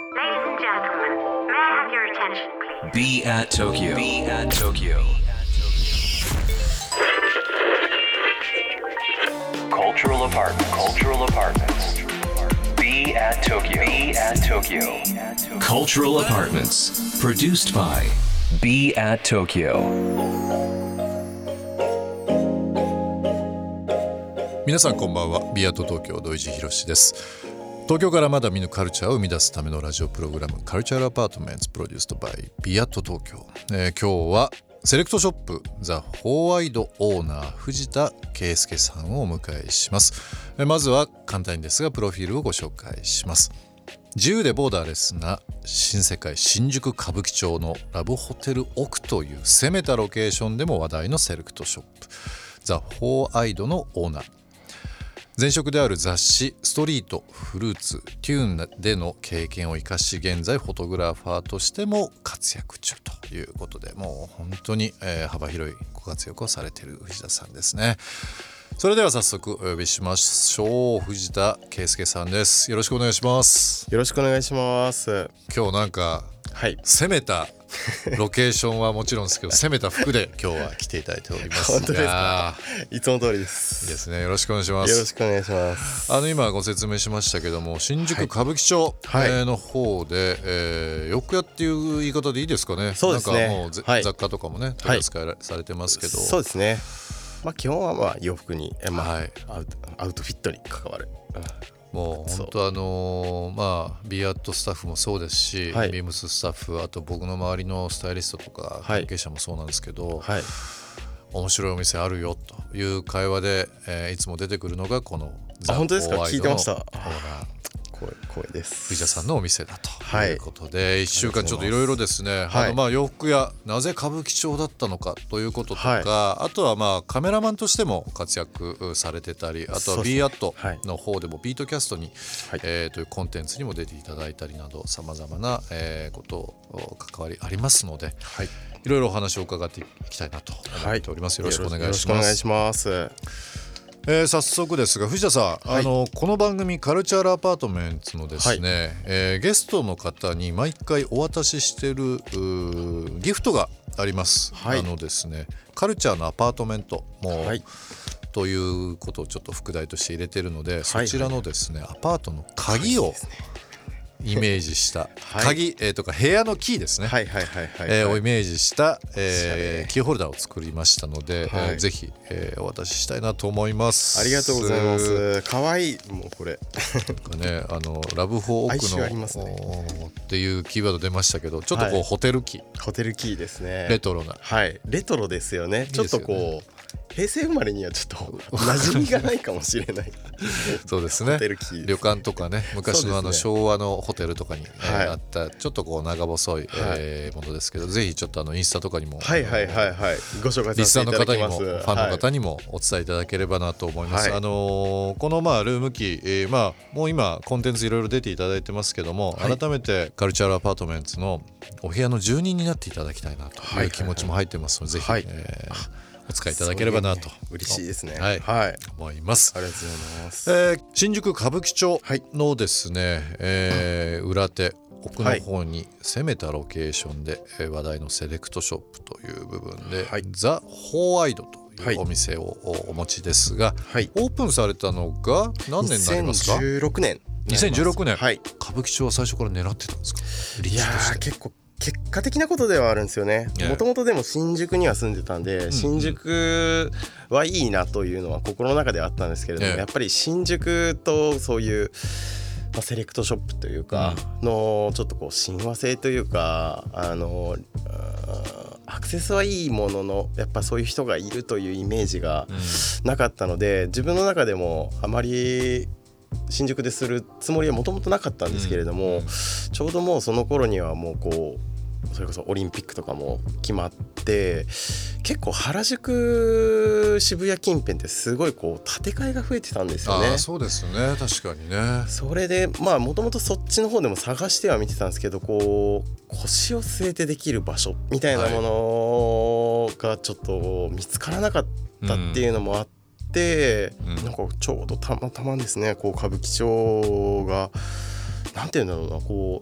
and gentlemen, may I have your attention, please? Be at Tokyo. Be at Tokyo. Cultural apartments. Cultural apartments. Be at Tokyo. Be at Tokyo. Cultural apartments. Produced by Be at Tokyo. 皆さんこんばんは。ビアート東京土井地博です。東京からまだ見ぬカルチャーを生み出すためのラジオプログラムカルチャーアパートメントプロデュースドバイビアート東京、今日はセレクトショップザ・ホーアイドオーナー藤田圭介さんをお迎えします。まずは簡単にですがプロフィールをご紹介します。自由でボーダーレスな新世界新宿歌舞伎町のラブホテルオクという攻めたロケーションでも話題のセレクトショップザ・ホーアイドのオーナー、前職である雑誌ストリートフルーツテューンでの経験を生かし現在フォトグラファーとしても活躍中ということで、もう本当に幅広いご活躍をされている藤田さんですね。それでは早速お呼びしましょう。藤田圭介さんです。よろしくお願いします。 よろしくお願いします。 今日なんか、攻めたロケーションはもちろんですけど攻めた服で今日は来ていただいております。 本当ですか。いつも通りです。 いいですね。よろしくお願いします。 よろしくお願いします。 今ご説明しましたけども新宿歌舞伎町の方で、洋屋っていう言い方でいいですかね。 そうですね。 なんかもう、雑貨とかもね取り扱いされてますけど、 そうですね。基本は洋服に、アウトフィットに関わる、 もう本当ビアートスタッフもそうですし、ビームススタッフ、あと僕の周りのスタイリストとか関係者もそうなんですけど、面白いお店あるよという会話で、いつも出てくるのがこのザ・ホーアイドのオーナー、 本当ですか。聞いてました。光栄です。 藤田さんのお店だということで、1週間ちょっといろいろですね、洋服やなぜ歌舞伎町だったのかということとか、あとはカメラマンとしても活躍されてたり、あとは B アットの方でもビートキャストに、というコンテンツにも出ていただいたりなどさまざまな、こと関わりありますので、いろいろお話を伺っていきたいなと思っております。よろしくお願いします。 よろしくお願いします。 早速ですが藤田さん、この番組カルチャーアパートメントのですね、ゲストの方に毎回お渡ししているギフトがあります。ですね、カルチャーのアパートメントも、ということをちょっと副題として入れているので、そちらのですね、アパートの鍵をイメージした鍵、とか部屋のキーですね、をイメージした、キーホルダーを作りましたので、ぜひ、お渡ししたいなと思います。 ありがとうございます。かわいい。もうこれね、ラブホークの、っていうキーワード出ましたけど、ちょっとこう、ホテルキーですね。レトロな、 レトロですよね。ちょっとこう平成生まれにはちょっと馴染みがないかもしれないそうですね。旅館とかね、昔の昭和のホテルとかに、あったちょっとこう長細い、ものですけど、ぜひちょっとインスタとかにも、ご紹介リスナーのさせていただき方にも、 ます。 ファンの方にもお伝えいただければなと思います。このルームキー、もう今コンテンツいろいろ出ていただいてますけども、改めてカルチャーアパートメントのお部屋の住人になっていただきたいなという気持ちも入ってますので、ぜひ、お使いいただければなと、 嬉しいですね。 思います。 ありがとうございます。 新宿歌舞伎町のですね、裏手奥の方に攻めたロケーションで、話題のセレクトショップという部分で、ザ・ホーアイドというお店をお持ちですが、オープンされたのが何年になりますか ？2016年。 2016年、歌舞伎町は最初から狙ってたんですか？ いやー、結構結果的なことではあるんですよね。もともとでも新宿には住んでたんで、新宿はいいなというのは心の中ではあったんですけれども、やっぱり新宿とそういう、セレクトショップというかのちょっとこう親和性というか、アクセスはいいもののやっぱそういう人がいるというイメージがなかったので、自分の中でもあまり新宿でするつもりはもともとなかったんですけれども、ちょうどもうその頃にはもうこうそれこそオリンピックとかも決まって、結構原宿渋谷近辺ってすごいこう建て替えが増えてたんですよね。 そうですね、確かにね。 それでもともとそっちの方でも探しては見てたんですけど、こう腰を据えてできる場所みたいなものがちょっと見つからなかったっていうのもあって、なんかちょうどたまたまですね、こう歌舞伎町がなんていうんだろうな、こう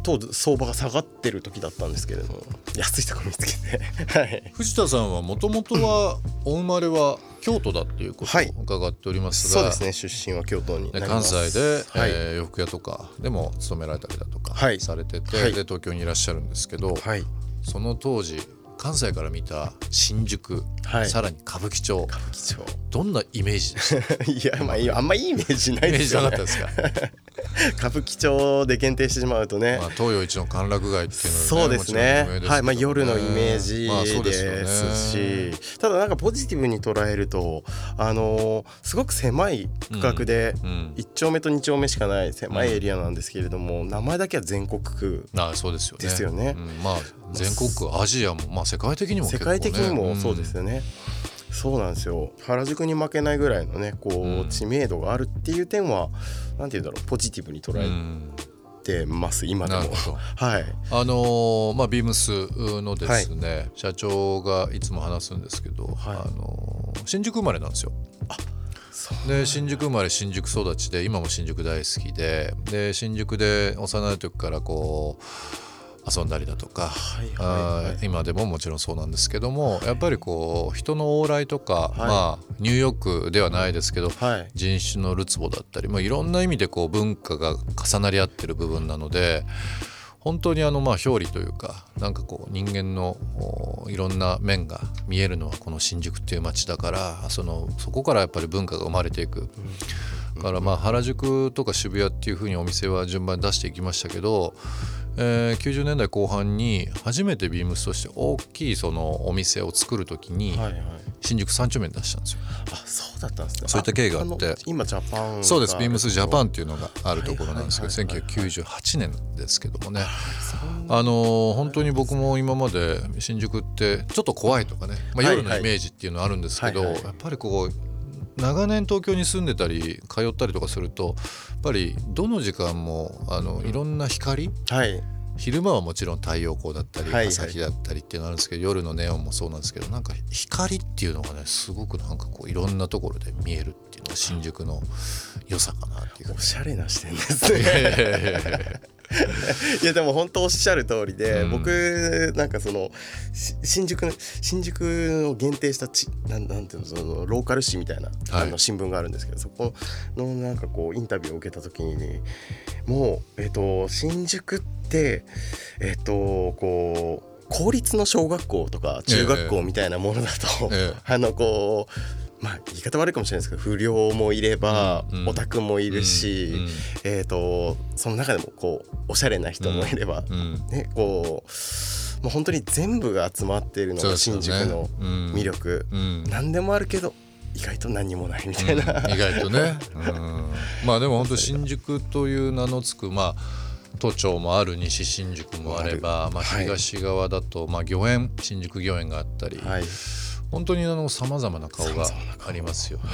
当時相場が下がってる時だったんですけれども、安いとこ見つけてはい、 藤田さんはもともとはお生まれは京都だっていうことを伺っておりますが、 そうですね、出身は京都になり関ます。 西で、 はい洋服屋とかでも勤められたりだとかはいされてて、 はいで東京にいらっしゃるんですけど、 はい、 その当時関西から見た新宿、 はいさらに歌舞伎町、 貴重どんなイメージでした？ いや、まあ、あんまいいイメージないイメージですよね。 なかったですか？ 歌舞伎町で限定してしまうとね、 まあ、東洋一の歓楽街っていうのは、ね、 そうですね、はい、まあ、夜のイメージまあそうですよねですし、ただなんかポジティブに捉えると、すごく狭い区画で1丁目と2丁目しかない狭いエリアなんですけれども、名前だけは全国区そうですよね。 ですよね。 まあ、全国区、アジアも、まあ、世界的にも結構、ね、 世界的にもそうですよね。そうなんですよ。原宿に負けないぐらいのね、こう知名度があるっていう点は、なんていうんだろう、ポジティブに捉えてます今でも。 なるほど。 はい。 まあ、ビームスのですね、社長がいつも話すんですけど、新宿生まれなんですよ。で新宿生まれ新宿育ちで、今も新宿大好きで、新宿で幼い時からこう遊んだりだとか、今でももちろんそうなんですけども、やっぱりこう人の往来とか、まあ、ニューヨークではないですけど、人種のるつぼだったり、まあ、いろんな意味でこう文化が重なり合ってる部分なので、本当にまあ表裏というか、なんかこう人間のいろんな面が見えるのはこの新宿っていう街だから、そこからやっぱり文化が生まれていく。だからまあ原宿とか渋谷っていう風にお店は順番に出していきましたけど、90年代後半に初めてビームスとして大きいそのお店を作るときに新宿3丁目に出したんですよ。 そうだったんですね。 そういった経緯があって、 今ジャパン、 そうです、ビームスジャパンっていうのがあるところなんですけど、1998年ですけどもね、本当に僕も今まで新宿ってちょっと怖いとかね、まあ、夜のイメージっていうのはあるんですけど、やっぱりこう長年東京に住んでたり通ったりとかすると、やっぱりどの時間もいろんな光、昼間はもちろん太陽光だったり朝日だったりっていうのがあるんですけど、夜のネオンもそうなんですけど、なんか光っていうのがね、すごくなんかこういろんなところで見えるっていうのが新宿の良さかなっていう。 おしゃれな視点ですね。いやでも本当おっしゃる通りで、僕なんかその新宿を限定したなんていうの、そのローカル誌みたいな新聞があるんですけど、そこのなんかこうインタビューを受けた時に、もう新宿ってこう公立の小学校とか中学校みたいなものだと、こうまあ、言い方悪いかもしれないですけど、不良もいれば、オタクもいるし、その中でもこうおしゃれな人もいれば、ね、こうもう本当に全部が集まっているのが新宿の魅力、何でもあるけど意外と何もないみたいな、 意外とね、まあでも本当新宿という名の付く、まあ都庁もある西新宿もあれば、まあ、東側だと、まあ、御苑、新宿御苑があったり、本当にさまざまな顔がありますよね。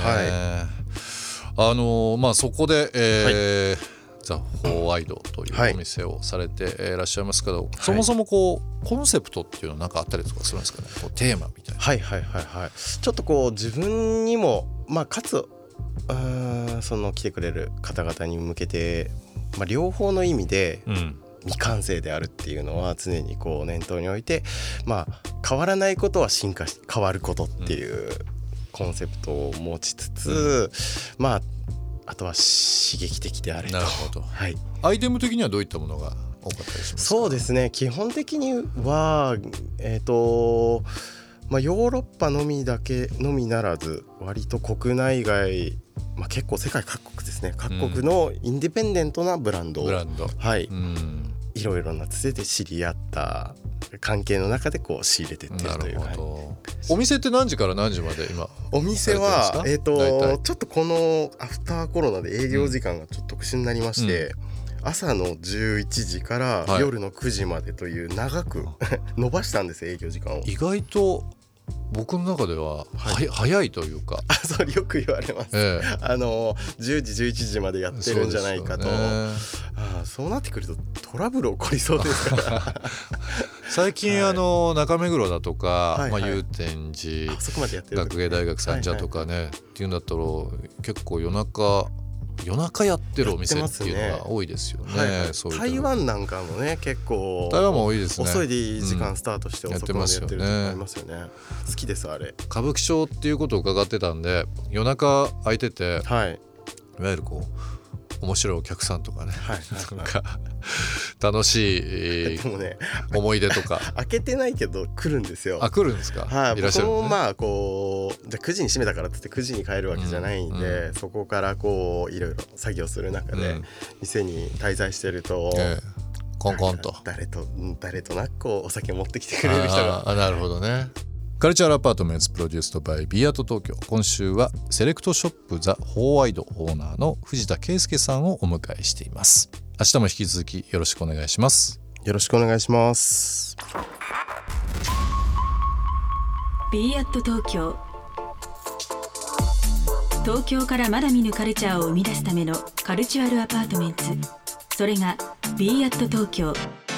まあ、そこで、ザ・ホワイドというお店をされていらっしゃいますけど、そもそもこうコンセプトっていうのは何かあったりとかするんですかね、こうテーマみたいな。 ちょっとこう自分にも、まあ、かつその来てくれる方々に向けて、まあ、両方の意味で、未完成であるっていうのは常にこう念頭に置いて、まあ、変わらないことは進化し変わることっていうコンセプトを持ちつつ、まああとは刺激的であれと。 なるほど、アイテム的にはどういったものが多かったりしますか？ そうですね、基本的にはまあ、ヨーロッパのみならず割と国内外、まあ、結構世界各国ですね、各国のインディペンデントなブランド、いろいろなつてで知り合った関係の中でこう仕入れてってるという。 なるほど、お店って何時から何時まで今？ お店はちょっとこのアフターコロナで営業時間がちょっと特殊になりまして、朝の11時から夜の9時までという長く伸ばしたんですよ、営業時間を。 意外と僕の中では早いというか、 それよく言われます、10時11時までやってるんじゃないかと。そうなってくるとトラブル起こりそうですから最近中目黒だとか、祐天寺、学芸大学三茶とかね、っていうんだったら結構夜中夜中やってるお店っていうのが多いですよね。 はいはい、 そういう台湾なんかもね結構台湾も多いですね。 遅い時間スタートして遅くまでやってるとこありますよね。好きですあれ。 歌舞伎町っていうことを伺ってたんで夜中空いてて、 はい、 いわゆるこう面白いお客さんとかね、 はいはいはい、 なんか楽しい思い出とか開けてないけど来るんですよ。 来るんですか。 はい、 いらっしゃる、ね、 僕もまあこうじゃあ9時に閉めたからって言って9時に帰るわけじゃないんで、そこからこういろいろ作業する中で、店に滞在してると、 コンコンと誰となくこうお酒持ってきてくれる人が。 なるほどね。カルチャーアパートメンツプロデュースドバイビアート東京。今週はセレクトショップザ・ホーワイドオーナーの藤田圭介さんをお迎えしています。明日も引き続きよろしくお願いします。 よろしくお願いします。 ビアート東京。東京からまだ見ぬカルチャーを生み出すためのカルチュアルアパートメンツ、それがビアート東京。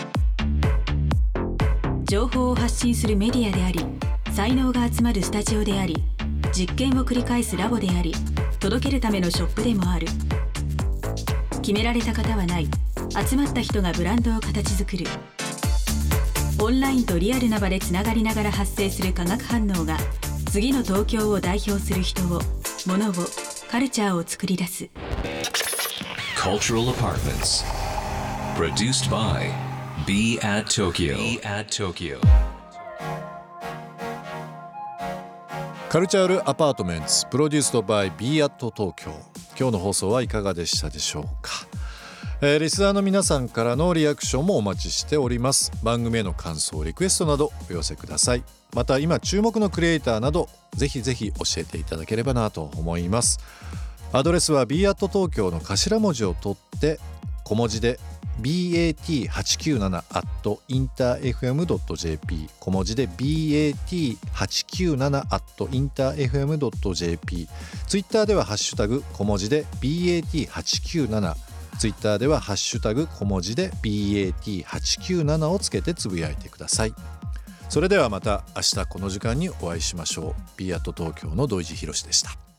情報を発信するメディアであり、才能が集まるスタジオであり、実験を繰り返すラボであり、届けるためのショップでもある。決められた型はない。集まった人がブランドを形作る。オンラインとリアルな場でつながりながら発生する化学反応が、次の東京を代表する人を、物を、カルチャーを作り出す。 Cultural Apartments Produced by Be at Tokyo。 カルチャールアパートメンツプロデュースドバイビーアット東京。今日の放送はいかがでしたでしょうか。リスナーの皆さんからのリアクションもお待ちしております。番組への感想リクエストなどお寄せください。また今注目のクリエイターなどぜひぜひ教えていただければなと思います。アドレスは B アット東京の頭文字を取って小文字でbat897@interfm.jp 小文字で bat897@interfm.jp ツイッターではハッシュタグ小文字で bat897 ツイッターではハッシュタグ小文字で bat897 をつけてつぶやいてください。それではまた明日この時間にお会いしましょう。 B アット東京の土井地博でした。